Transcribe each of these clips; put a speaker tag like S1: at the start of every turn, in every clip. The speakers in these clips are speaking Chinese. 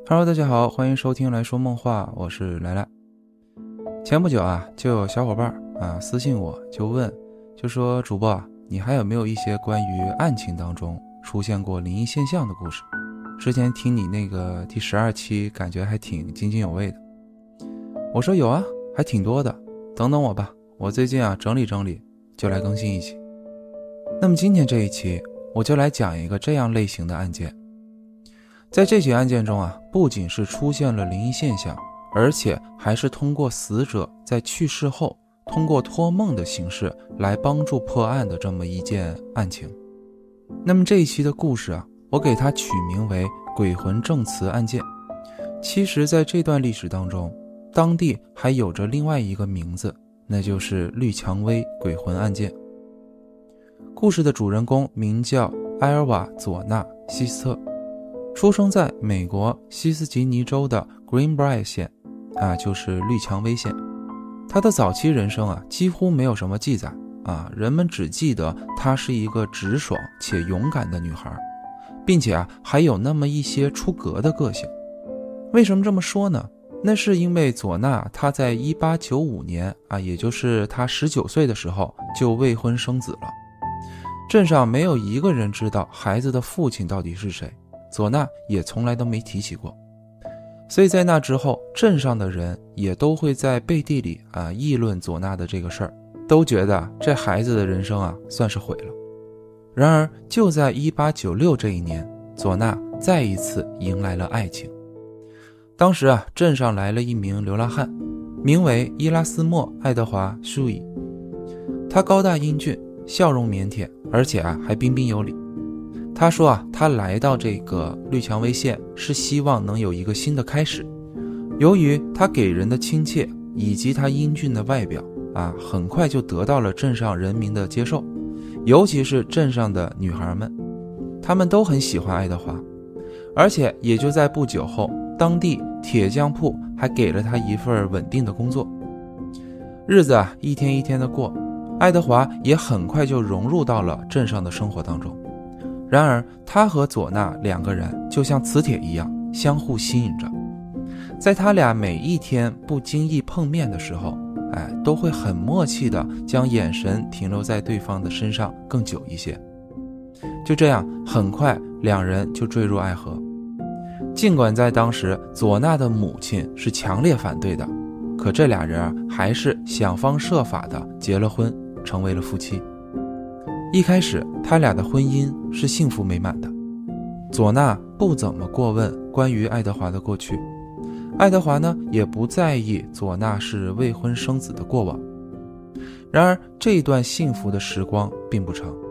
S1: Hello， 大家好，欢迎收听来说梦话，我是来来。前不久就有小伙伴私信我，就说主播你还有没有一些关于案情当中出现过灵异现象的故事？之前听你那个第12期，感觉还挺津津有味的。我说有啊，还挺多的，等等我吧，我最近整理整理，就来更新一期。那么今天这一期，我就来讲一个这样类型的案件。在这起案件中不仅是出现了灵异现象，而且还是通过死者在去世后通过托梦的形式来帮助破案的这么一件案情。那么这一期的故事我给它取名为鬼魂证词案件。其实在这段历史当中，当地还有着另外一个名字，那就是绿蔷薇鬼魂案件。故事的主人公名叫埃尔瓦·佐纳·希斯特，出生在美国西斯吉尼州的 Greenbrier 县就是绿蔷薇县。她的早期人生几乎没有什么记载人们只记得她是一个直爽且勇敢的女孩，并且还有那么一些出格的个性。为什么这么说呢？那是因为佐纳她在1895年也就是她19岁的时候就未婚生子了。镇上没有一个人知道孩子的父亲到底是谁，佐纳也从来都没提起过。所以在那之后，镇上的人也都会在背地里议论佐纳的这个事儿，都觉得这孩子的人生算是毁了。然而就在1896这一年，佐纳再一次迎来了爱情。当时镇上来了一名流浪汉，名为伊拉斯莫·爱德华·舒伊。他高大英俊，笑容腼腆，而且还彬彬有礼。他说他来到这个绿蔷薇县是希望能有一个新的开始。由于他给人的亲切以及他英俊的外表很快就得到了镇上人民的接受，尤其是镇上的女孩们，她们都很喜欢爱德华。而且也就在不久后，当地铁匠铺还给了他一份稳定的工作。日子一天一天的过，爱德华也很快就融入到了镇上的生活当中。然而他和佐纳两个人就像磁铁一样相互吸引着，在他俩每一天不经意碰面的时候都会很默契地将眼神停留在对方的身上更久一些。就这样很快两人就坠入爱河。尽管在当时佐纳的母亲是强烈反对的，可这俩人还是想方设法地结了婚，成为了夫妻。一开始他俩的婚姻是幸福美满的，佐纳不怎么过问关于爱德华的过去，爱德华呢也不在意佐纳是未婚生子的过往。然而这一段幸福的时光并不长。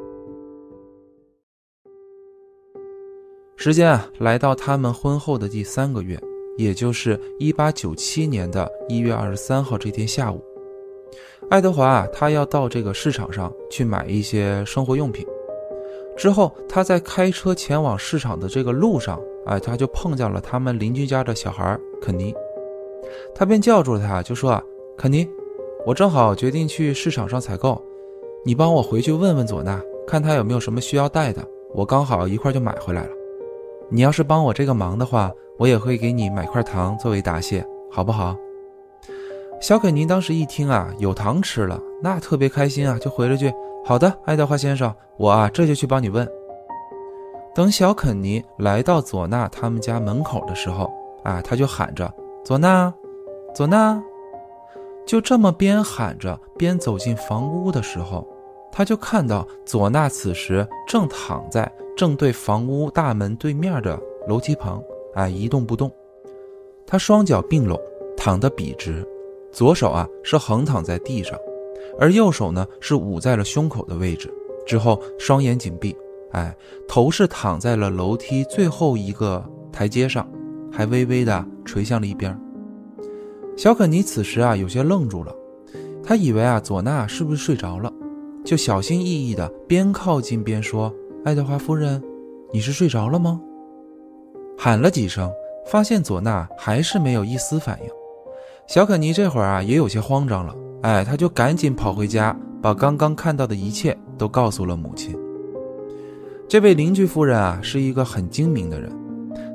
S1: 时间来到他们婚后的第3个月，也就是1897年的1月23号这天下午，爱德华他要到这个市场上去买一些生活用品。之后他在开车前往市场的这个路上他就碰见了他们邻居家的小孩肯尼。他便叫住了他，就说肯尼，我正好决定去市场上采购，你帮我回去问问佐纳，看他有没有什么需要带的，我刚好一块就买回来了。你要是帮我这个忙的话，我也会给你买块糖作为答谢，好不好？小肯尼当时一听有糖吃了，那特别开心就回了句好的，爱德华先生，我这就去帮你问。等小肯尼来到佐纳他们家门口的时候他就喊着佐纳，佐纳。就这么边喊着边走进房屋的时候，他就看到佐纳此时正躺在正对房屋大门对面的楼梯旁一动不动。他双脚并拢，躺得笔直，左手是横躺在地上，而右手呢是捂在了胸口的位置，之后双眼紧闭，头是躺在了楼梯最后一个台阶上，还微微的垂向了一边。小肯尼此时有些愣住了，他以为佐纳是不是睡着了，就小心翼翼的边靠近边说，爱德华夫人，你是睡着了吗？喊了几声，发现佐纳还是没有一丝反应。小肯尼这会儿也有些慌张了，他就赶紧跑回家，把刚刚看到的一切都告诉了母亲。这位邻居夫人是一个很精明的人，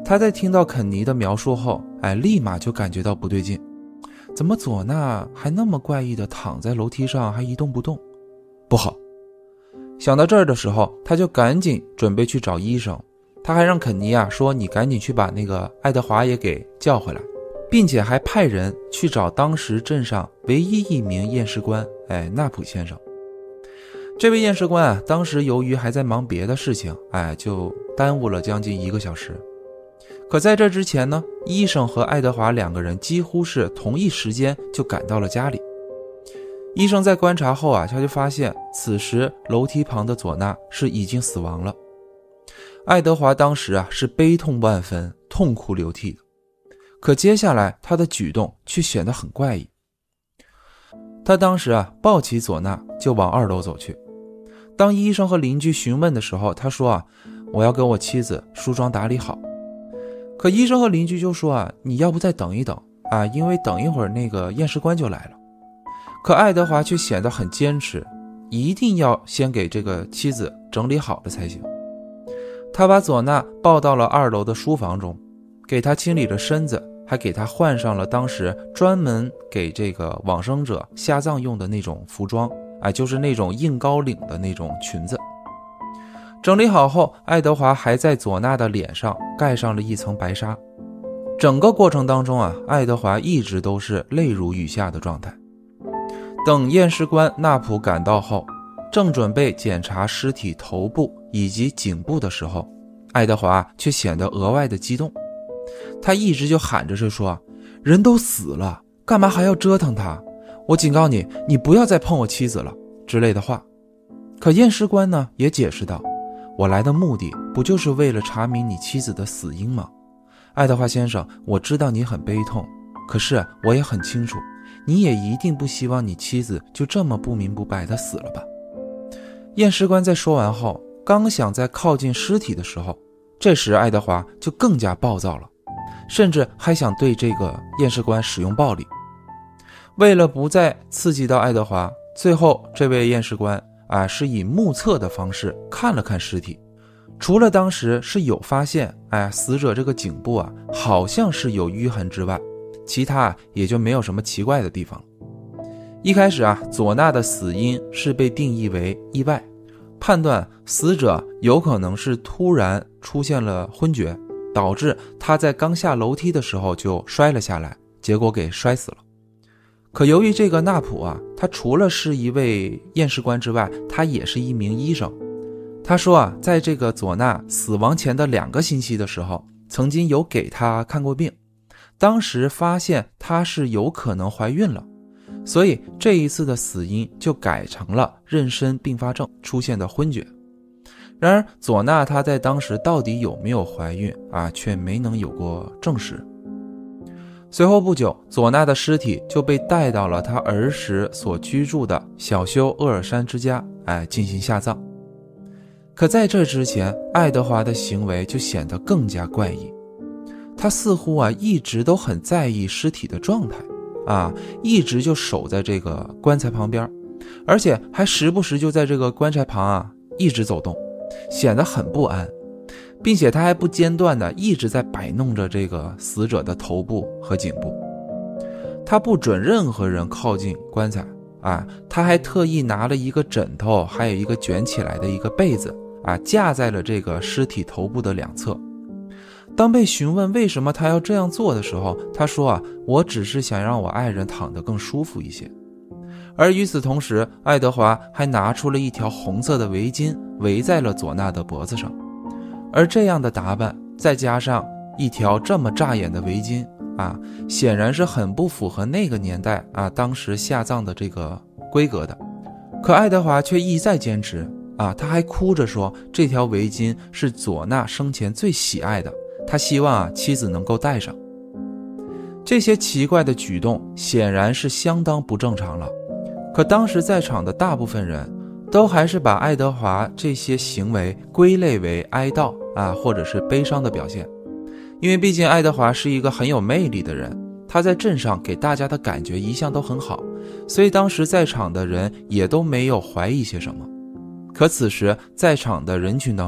S1: 他在听到肯尼的描述后，立马就感觉到不对劲，怎么佐娜还那么怪异的躺在楼梯上还一动不动？不好！想到这儿的时候，他就赶紧准备去找医生。他还让肯尼说，你赶紧去把那个爱德华也给叫回来，并且还派人去找当时镇上唯一一名验尸官，纳普先生。这位验尸官当时由于还在忙别的事情，就耽误了将近1个小时。可在这之前呢，医生和爱德华2个人几乎是同一时间就赶到了家里。医生在观察后他就发现此时楼梯旁的佐娜是已经死亡了。爱德华当时是悲痛万分，痛哭流涕的。可接下来他的举动却显得很怪异。他当时抱起佐娜就往2楼走去。当医生和邻居询问的时候，他说我要给我妻子梳妆打理好。可医生和邻居就说你要不再等一等因为等一会儿那个验尸官就来了。可爱德华却显得很坚持，一定要先给这个妻子整理好了才行。他把佐娜抱到了2楼的书房中，给她清理了身子，还给她换上了当时专门给这个往生者下葬用的那种服装，就是那种硬高领的那种裙子。整理好后，爱德华还在佐娜的脸上盖上了一层白纱。整个过程当中爱德华一直都是泪如雨下的状态。等验尸官纳普赶到后，正准备检查尸体头部以及颈部的时候，爱德华却显得额外的激动。他一直就喊着说，人都死了，干嘛还要折腾他？我警告你，你不要再碰我妻子了之类的话。可验尸官呢也解释道，我来的目的不就是为了查明你妻子的死因吗？爱德华先生，我知道你很悲痛，可是我也很清楚，你也一定不希望你妻子就这么不明不白地死了吧。验尸官在说完后，刚想再靠近尸体的时候，这时爱德华就更加暴躁了，甚至还想对这个验尸官使用暴力。为了不再刺激到爱德华，最后这位验尸官是以目测的方式看了看尸体，除了当时是有发现死者这个颈部好像是有淤痕之外，其他也就没有什么奇怪的地方了。一开始佐娜的死因是被定义为意外，判断死者有可能是突然出现了昏厥，导致他在刚下楼梯的时候就摔了下来，结果给摔死了。可由于这个纳普他除了是一位验尸官之外，他也是一名医生。他说在这个佐娜死亡前的2个星期的时候，曾经有给他看过病，当时发现她是有可能怀孕了，所以这一次的死因就改成了妊娠并发症出现的昏厥。然而佐娜她在当时到底有没有怀孕却没能有过证实。随后不久，佐娜的尸体就被带到了她儿时所居住的小休厄尔山之家进行下葬。可在这之前，爱德华的行为就显得更加怪异。他似乎一直都很在意尸体的状态一直就守在这个棺材旁边，而且还时不时就在这个棺材旁一直走动，显得很不安，并且他还不间断的一直在摆弄着这个死者的头部和颈部。他不准任何人靠近棺材他还特意拿了一个枕头，还有一个卷起来的一个被子架在了这个尸体头部的2侧。当被询问为什么他要这样做的时候，他说我只是想让我爱人躺得更舒服一些。而与此同时，爱德华还拿出了一条红色的围巾围在了佐娜的脖子上。而这样的打扮再加上一条这么扎眼的围巾显然是很不符合那个年代当时下葬的这个规格的。可爱德华却一再坚持他还哭着说这条围巾是佐娜生前最喜爱的，他希望妻子能够戴上。这些奇怪的举动显然是相当不正常了，可当时在场的大部分人都还是把爱德华这些行为归类为哀悼或者是悲伤的表现。因为毕竟爱德华是一个很有魅力的人，他在镇上给大家的感觉一向都很好，所以当时在场的人也都没有怀疑些什么。可此时在场的人群当中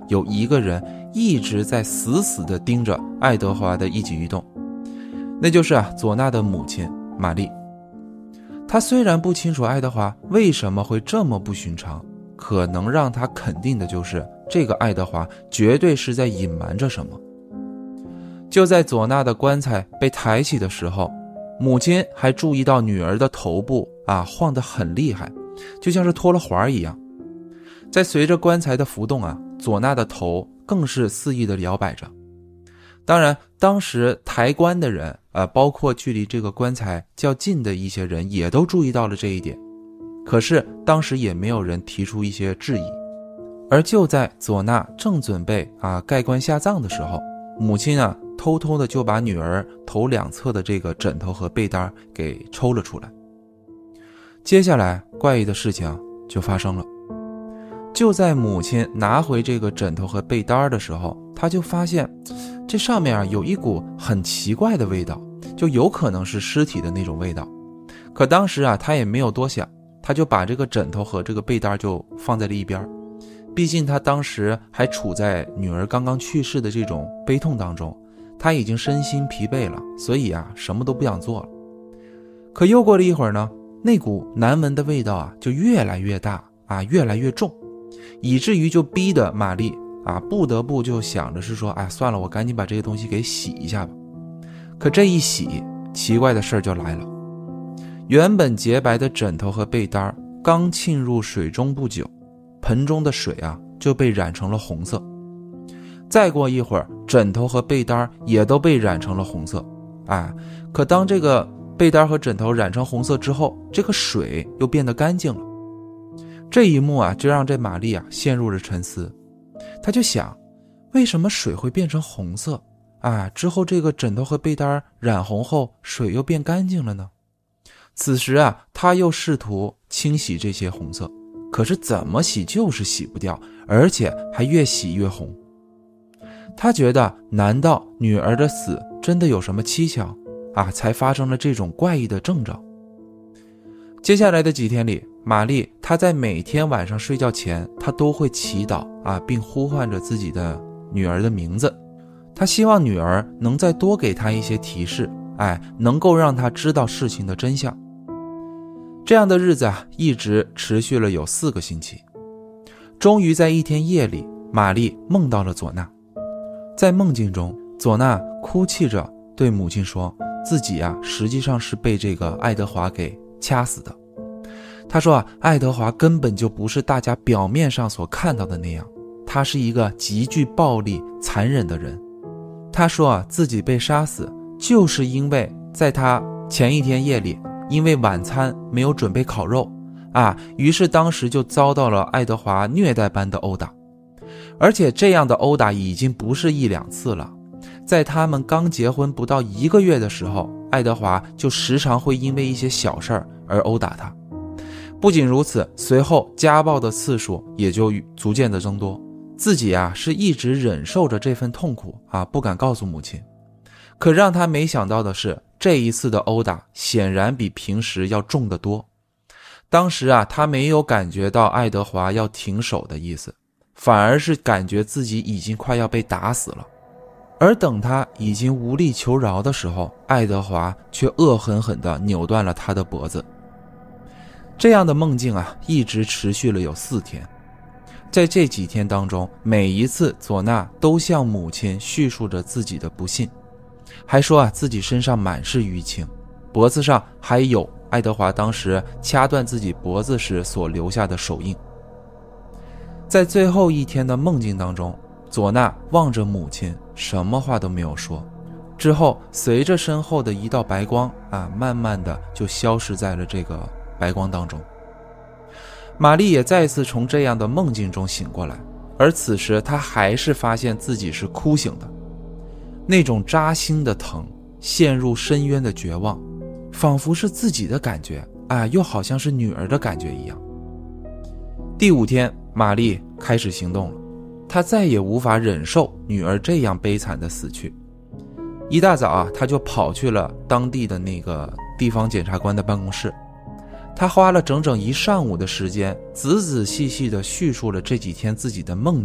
S1: 有一个人一直在死死地盯着爱德华的一举一动，那就是佐娜的母亲玛丽。她虽然不清楚爱德华为什么会这么不寻常，可能让她肯定的就是这个爱德华绝对是在隐瞒着什么。就在佐娜的棺材被抬起的时候，母亲还注意到女儿的头部晃得很厉害，就像是脱了环一样。在随着棺材的浮动佐娜的头更是肆意地摇摆着。当然当时抬棺的人包括距离这个棺材较近的一些人也都注意到了这一点，可是当时也没有人提出一些质疑。而就在佐娜正准备盖棺下葬的时候，母亲偷偷的就把女儿头两侧的这个枕头和被单给抽了出来。接下来怪异的事情就发生了。就在母亲拿回这个枕头和被单的时候，她就发现这上面有一股很奇怪的味道，就有可能是尸体的那种味道。可当时她也没有多想，她就把这个枕头和这个被单就放在了一边。毕竟她当时还处在女儿刚刚去世的这种悲痛当中，她已经身心疲惫了，所以什么都不想做了。可又过了一会儿呢，那股难闻的味道就越来越大越来越重，以至于就逼得玛丽不得不就想着是说算了，我赶紧把这些东西给洗一下吧。可这一洗，奇怪的事就来了。原本洁白的枕头和被单刚浸入水中不久，盆中的水就被染成了红色。再过一会儿，枕头和被单也都被染成了红色。可当这个被单和枕头染成红色之后，这个水又变得干净了。这一幕就让这玛丽陷入了沉思。她就想，为什么水会变成红色之后这个枕头和被单染红后，水又变干净了呢？此时她又试图清洗这些红色，可是怎么洗就是洗不掉，而且还越洗越红。她觉得，难道女儿的死真的有什么蹊跷才发生了这种怪异的征兆？接下来的几天里，玛丽她在每天晚上睡觉前，她都会祈祷并呼唤着自己的女儿的名字。她希望女儿能再多给她一些提示，能够让她知道事情的真相。这样的日子一直持续了有4个星期。终于在一天夜里，玛丽梦到了佐娜。在梦境中，佐娜哭泣着对母亲说，自己实际上是被这个爱德华给掐死的。他说爱德华根本就不是大家表面上所看到的那样，他是一个极具暴力残忍的人。他说自己被杀死就是因为在他前一天夜里，因为晚餐没有准备烤肉于是当时就遭到了爱德华虐待般的殴打。而且这样的殴打已经不是1、2次了。在他们刚结婚不到1个月的时候，爱德华就时常会因为一些小事儿而殴打他。不仅如此，随后家暴的次数也就逐渐的增多。自己是一直忍受着这份痛苦不敢告诉母亲。可让他没想到的是，这一次的殴打显然比平时要重得多。当时他没有感觉到爱德华要停手的意思，反而是感觉自己已经快要被打死了。而等他已经无力求饶的时候，爱德华却恶狠狠地扭断了他的脖子。这样的梦境一直持续了有4天。在这几天当中，每一次佐娜都向母亲叙述着自己的不幸，还说自己身上满是淤青，脖子上还有爱德华当时掐断自己脖子时所留下的手印。在最后一天的梦境当中，佐娜望着母亲，什么话都没有说。之后随着身后的一道白光慢慢的就消失在了这个白光当中。玛丽也再次从这样的梦境中醒过来，而此时她还是发现自己是哭醒的。那种扎心的疼，陷入深渊的绝望，仿佛是自己的感觉又好像是女儿的感觉一样。第5天，玛丽开始行动了。她再也无法忍受女儿这样悲惨的死去。一大早她就跑去了当地的那个地方检察官的办公室。她花了整整1上午的时间，仔仔细细地叙述了这几天自己的梦境，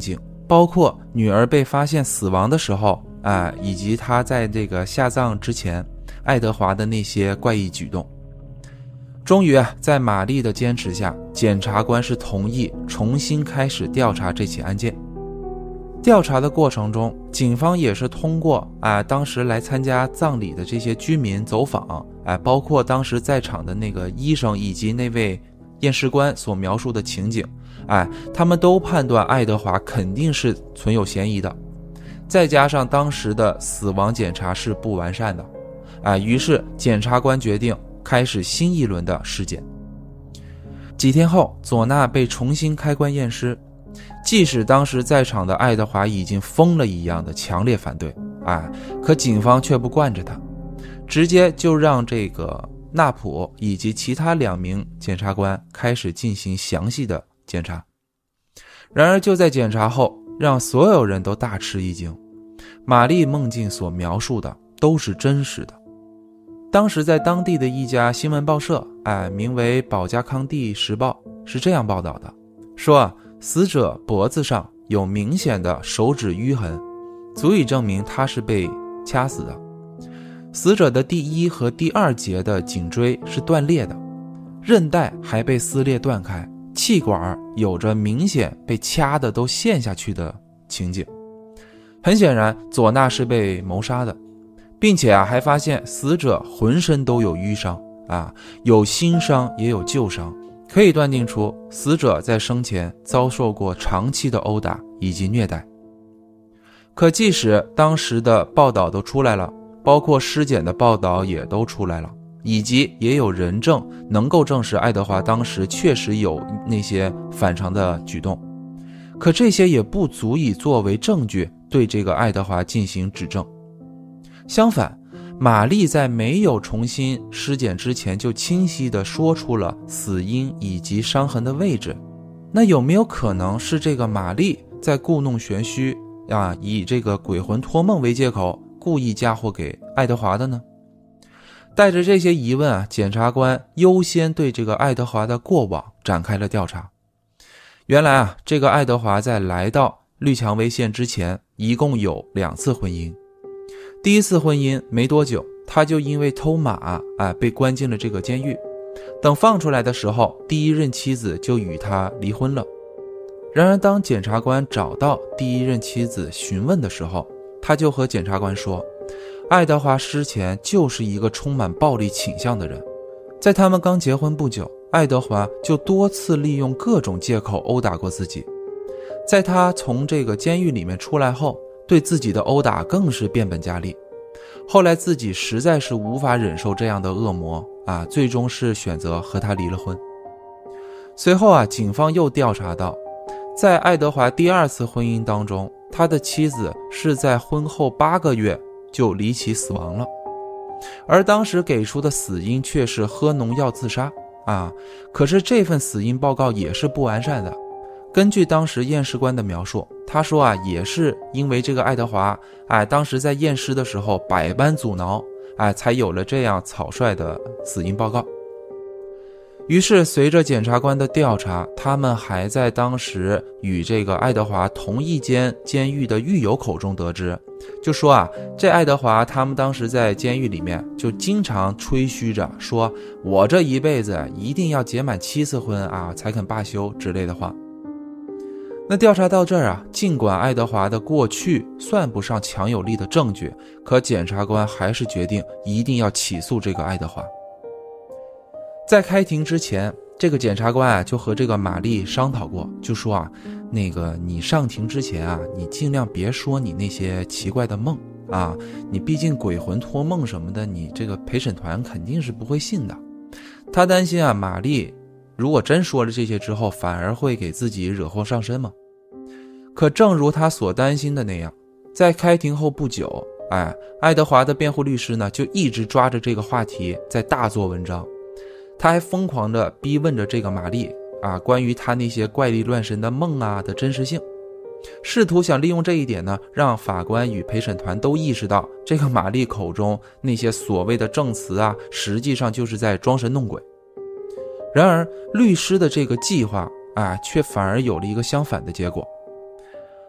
S1: 包括女儿被发现死亡的时候以及她在这个下葬之前爱德华的那些怪异举动。终于在玛丽的坚持下，检察官是同意重新开始调查这起案件。调查的过程中，警方也是通过当时来参加葬礼的这些居民走访包括当时在场的那个医生以及那位验尸官所描述的情景他们都判断爱德华肯定是存有嫌疑的。再加上当时的死亡检查是不完善的于是检察官决定开始新一轮的尸检。几天后，佐纳被重新开棺验尸，即使当时在场的爱德华已经疯了一样的强烈反对可警方却不惯着他，直接就让这个纳普以及其他2名检察官开始进行详细的检查。然而就在检查后，让所有人都大吃一惊，玛丽梦境所描述的都是真实的。当时在当地的一家新闻报社名为保加康帝时报是这样报道的，说死者脖子上有明显的手指淤痕，足以证明他是被掐死的。死者的第1和第2节的颈椎是断裂的，韧带还被撕裂断开，气管有着明显被掐的都陷下去的情景。很显然，佐纳是被谋杀的，并且还发现死者浑身都有淤伤有新伤也有旧伤，可以断定出死者在生前遭受过长期的殴打以及虐待。可即使当时的报道都出来了，包括尸检的报道也都出来了，以及也有人证能够证实爱德华当时确实有那些反常的举动，可这些也不足以作为证据对这个爱德华进行指证。相反，玛丽在没有重新尸检之前就清晰地说出了死因以及伤痕的位置，那有没有可能是这个玛丽在故弄玄虚以这个鬼魂托梦为借口故意嫁祸给爱德华的呢？带着这些疑问检察官优先对这个爱德华的过往展开了调查。原来这个爱德华在来到绿蔷薇县之前一共有2次婚姻。第一次婚姻没多久，他就因为偷马被关进了这个监狱。等放出来的时候，第一任妻子就与他离婚了。然而当检察官找到第一任妻子询问的时候，他就和检察官说，爱德华之前就是一个充满暴力倾向的人。在他们刚结婚不久，爱德华就多次利用各种借口殴打过自己。在他从这个监狱里面出来后，对自己的殴打更是变本加厉。后来自己实在是无法忍受这样的恶魔最终是选择和他离了婚。随后警方又调查到，在爱德华第2次婚姻当中，他的妻子是在婚后8个月就离奇死亡了，而当时给出的死因却是喝农药自杀可是这份死因报告也是不完善的。根据当时验尸官的描述，他说也是因为这个爱德华当时在验尸的时候百般阻挠才有了这样草率的死因报告。于是随着检察官的调查，他们还在当时与这个爱德华同一间监狱的狱友口中得知，就说这爱德华他们当时在监狱里面就经常吹嘘着说，我这一辈子一定要结满7次婚才肯罢休之类的话。那调查到这儿尽管爱德华的过去算不上强有力的证据，可检察官还是决定一定要起诉这个爱德华。在开庭之前，这个检察官就和这个玛丽商讨过，就说那个你上庭之前你尽量别说你那些奇怪的梦你毕竟鬼魂托梦什么的，你这个陪审团肯定是不会信的。他担心玛丽如果真说了这些之后，反而会给自己惹祸上身嘛。可正如他所担心的那样，在开庭后不久爱德华的辩护律师呢就一直抓着这个话题在大做文章。他还疯狂地逼问着这个玛丽关于他那些怪力乱神的梦的真实性，试图想利用这一点呢，让法官与陪审团都意识到这个玛丽口中那些所谓的证词实际上就是在装神弄鬼。然而律师的这个计划却反而有了一个相反的结果。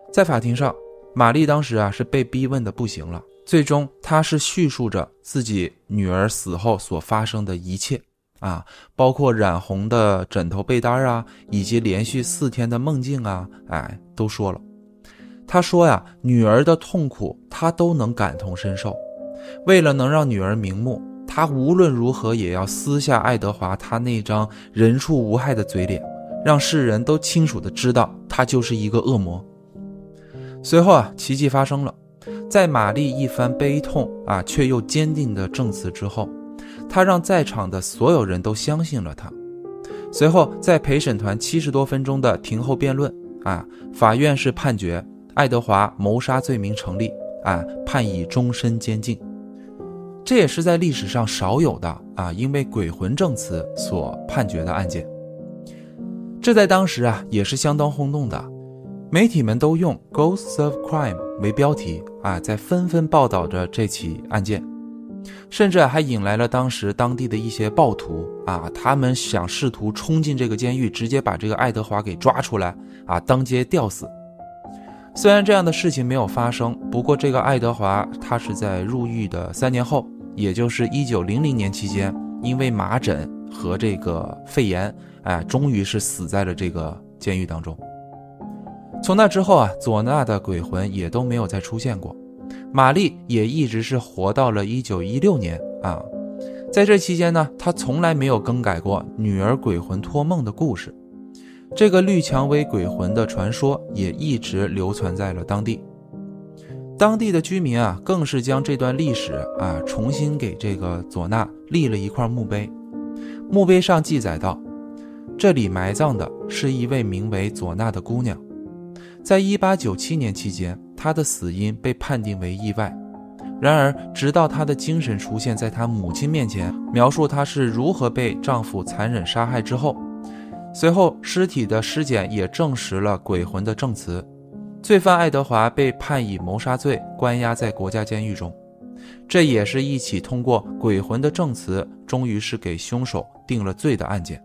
S1: 在法庭上，玛丽当时是被逼问的不行了，最终她是叙述着自己女儿死后所发生的一切包括染红的枕头被单以及连续4天的梦境都说了。她说女儿的痛苦她都能感同身受，为了能让女儿瞑目，她无论如何也要撕下爱德华他那张人畜无害的嘴脸，让世人都清楚地知道他就是一个恶魔。随后奇迹发生了，在玛丽一番悲痛却又坚定的证词之后，他让在场的所有人都相信了他。随后在陪审团70多分钟的庭后辩论法院是判决爱德华谋杀罪名成立判以终身监禁。这也是在历史上少有的因为鬼魂证词所判决的案件。这在当时也是相当轰动的，媒体们都用 Ghosts of Crime 为标题在纷纷报道着这起案件，甚至还引来了当时当地的一些暴徒他们想试图冲进这个监狱，直接把这个爱德华给抓出来当街吊死。虽然这样的事情没有发生，不过这个爱德华他是在入狱的3年后，也就是1900年期间，因为麻疹和这个肺炎终于是死在了这个监狱当中。从那之后佐纳的鬼魂也都没有再出现过，玛丽也一直是活到了1916年在这期间呢，她从来没有更改过女儿鬼魂托梦的故事。这个绿蔷薇鬼魂的传说也一直流传在了当地。当地的居民更是将这段历史重新给这个佐纳立了一块墓碑。墓碑上记载道，这里埋葬的是一位名为佐纳的姑娘，在1897年期间，她的死因被判定为意外。然而直到她的精神出现在她母亲面前，描述她是如何被丈夫残忍杀害之后，随后尸体的尸检也证实了鬼魂的证词，罪犯爱德华被判以谋杀罪关押在国家监狱中。这也是一起通过鬼魂的证词终于是给凶手定了罪的案件。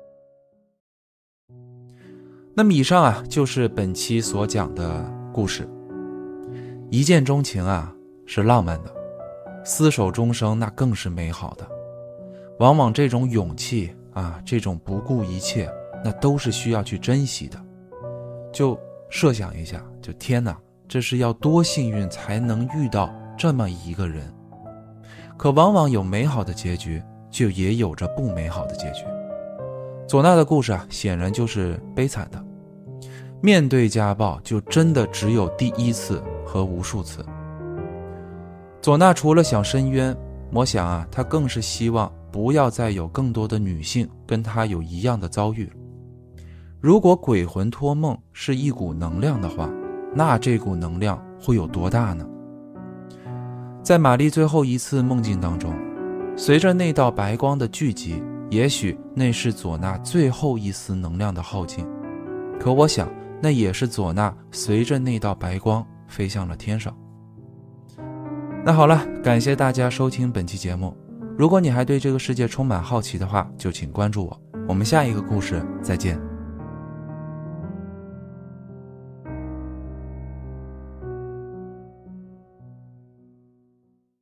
S1: 那么以上就是本期所讲的故事。一见钟情是浪漫的，厮守终生那更是美好的。往往这种勇气这种不顾一切，那都是需要去珍惜的。就设想一下，就天哪，这是要多幸运才能遇到这么一个人。可往往有美好的结局，就也有着不美好的结局。佐纳的故事显然就是悲惨的。面对家暴，就真的只有第一次和无数次。佐纳除了想申冤，我想他更是希望不要再有更多的女性跟他有一样的遭遇。如果鬼魂托梦是一股能量的话，那这股能量会有多大呢？在玛丽最后一次梦境当中，随着那道白光的聚集，也许那是佐纳最后一丝能量的耗尽，可我想那也是佐纳随着那道白光飞向了天上。那好了，感谢大家收听本期节目。如果你还对这个世界充满好奇的话，就请关注我。我们下一个故事再见。